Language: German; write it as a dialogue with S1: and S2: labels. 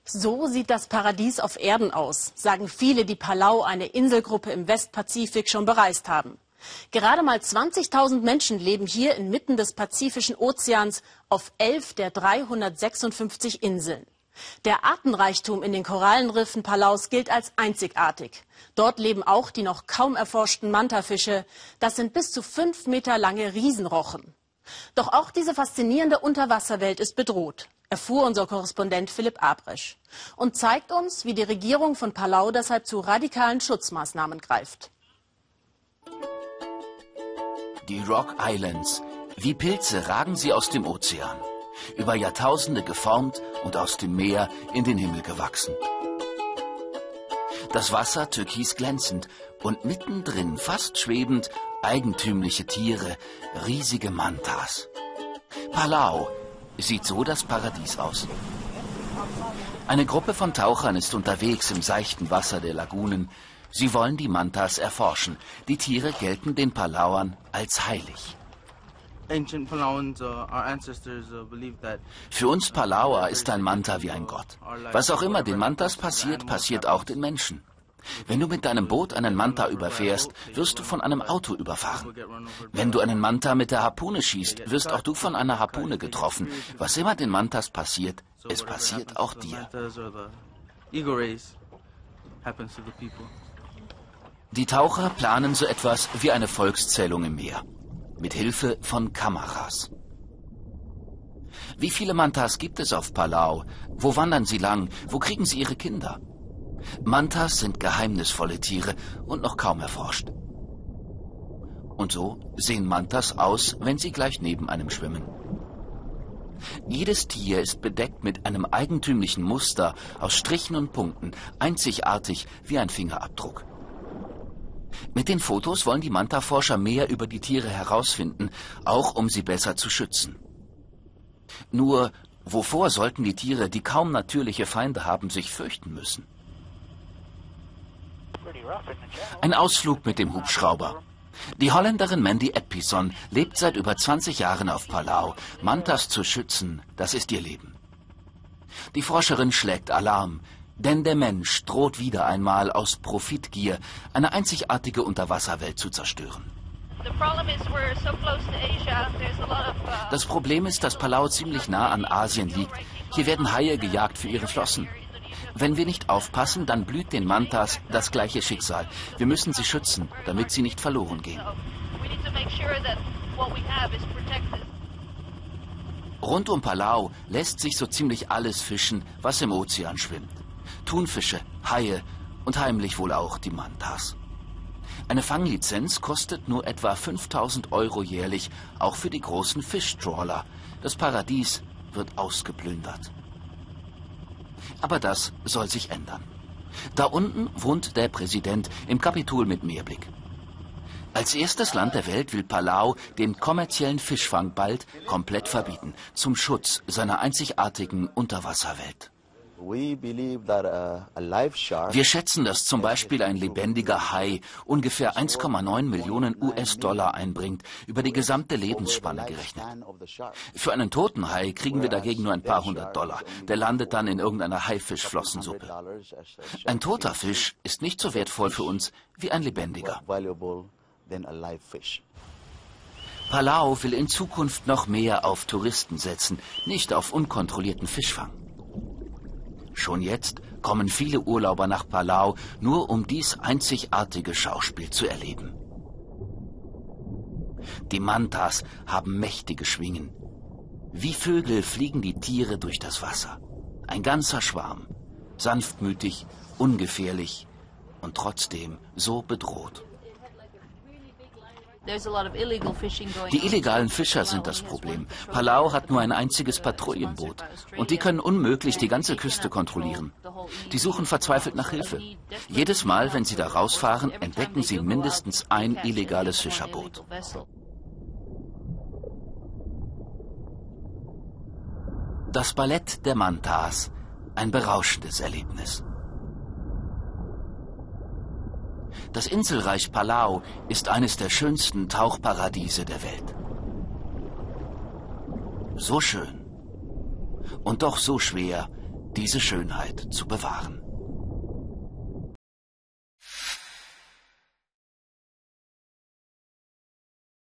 S1: So sieht das Paradies auf Erden aus, sagen viele, die Palau, eine Inselgruppe im Westpazifik, schon bereist haben. Gerade mal 20.000 Menschen leben hier inmitten des Pazifischen Ozeans auf 11 der 356 Inseln. Der Artenreichtum in den Korallenriffen Palaus gilt als einzigartig. Dort leben auch die noch kaum erforschten Mantafische. Das sind bis zu 5 Meter lange Riesenrochen. Doch auch diese faszinierende Unterwasserwelt ist bedroht, erfuhr unser Korrespondent Philipp Abresch und zeigt uns, wie die Regierung von Palau deshalb zu radikalen Schutzmaßnahmen greift.
S2: Die Rock Islands. Wie Pilze ragen sie aus dem Ozean. Über Jahrtausende geformt und aus dem Meer in den Himmel gewachsen. Das Wasser türkis glänzend und mittendrin, fast schwebend, eigentümliche Tiere, riesige Mantas. Palau sieht so das Paradies aus. Eine Gruppe von Tauchern ist unterwegs im seichten Wasser der Lagunen. Sie wollen die Mantas erforschen. Die Tiere gelten den Palauern als heilig. Für uns Palauer ist ein Manta wie ein Gott. Was auch immer den Mantas passiert, passiert auch den Menschen. Wenn du mit deinem Boot einen Manta überfährst, wirst du von einem Auto überfahren. Wenn du einen Manta mit der Harpune schießt, wirst auch du von einer Harpune getroffen. Was immer den Mantas passiert, es passiert auch dir. Die Taucher planen so etwas wie eine Volkszählung im Meer. Mit Hilfe von Kameras. Wie viele Mantas gibt es auf Palau? Wo wandern sie lang? Wo kriegen sie ihre Kinder? Mantas sind geheimnisvolle Tiere und noch kaum erforscht. Und so sehen Mantas aus, wenn sie gleich neben einem schwimmen. Jedes Tier ist bedeckt mit einem eigentümlichen Muster aus Strichen und Punkten, einzigartig wie ein Fingerabdruck. Mit den Fotos wollen die Manta-Forscher mehr über die Tiere herausfinden, auch um sie besser zu schützen. Nur, wovor sollten die Tiere, die kaum natürliche Feinde haben, sich fürchten müssen? Ein Ausflug mit dem Hubschrauber. Die Holländerin Mandy Edpison lebt seit über 20 Jahren auf Palau. Mantas zu schützen, das ist ihr Leben. Die Forscherin schlägt Alarm. Denn der Mensch droht wieder einmal aus Profitgier eine einzigartige Unterwasserwelt zu zerstören. Das Problem ist, dass Palau ziemlich nah an Asien liegt. Hier werden Haie gejagt für ihre Flossen. Wenn wir nicht aufpassen, dann blüht den Mantas das gleiche Schicksal. Wir müssen sie schützen, damit sie nicht verloren gehen. Rund um Palau lässt sich so ziemlich alles fischen, was im Ozean schwimmt. Thunfische, Haie und heimlich wohl auch die Mantas. Eine Fanglizenz kostet nur etwa 5.000 € jährlich, auch für die großen Fischtrawler. Das Paradies wird ausgeplündert. Aber das soll sich ändern. Da unten wohnt der Präsident im Kapitol mit Meerblick. Als erstes Land der Welt will Palau den kommerziellen Fischfang bald komplett verbieten, zum Schutz seiner einzigartigen Unterwasserwelt. Wir schätzen, dass zum Beispiel ein lebendiger Hai ungefähr 1,9 Millionen US-Dollar einbringt, über die gesamte Lebensspanne gerechnet. Für einen toten Hai kriegen wir dagegen nur ein paar $100. Der landet dann in irgendeiner Haifischflossensuppe. Ein toter Fisch ist nicht so wertvoll für uns wie ein lebendiger. Palau will in Zukunft noch mehr auf Touristen setzen, nicht auf unkontrollierten Fischfang. Schon jetzt kommen viele Urlauber nach Palau, nur um dies einzigartige Schauspiel zu erleben. Die Mantas haben mächtige Schwingen. Wie Vögel fliegen die Tiere durch das Wasser. Ein ganzer Schwarm. Sanftmütig, ungefährlich und trotzdem so bedroht. Die illegalen Fischer sind das Problem. Palau hat nur ein einziges Patrouillenboot. Und die können unmöglich die ganze Küste kontrollieren. Die suchen verzweifelt nach Hilfe. Jedes Mal, wenn sie da rausfahren, entdecken sie mindestens ein illegales Fischerboot. Das Ballett der Mantas. Ein berauschendes Erlebnis. Das Inselreich Palau ist eines der schönsten Tauchparadiese der Welt. So schön und doch so schwer diese Schönheit zu bewahren.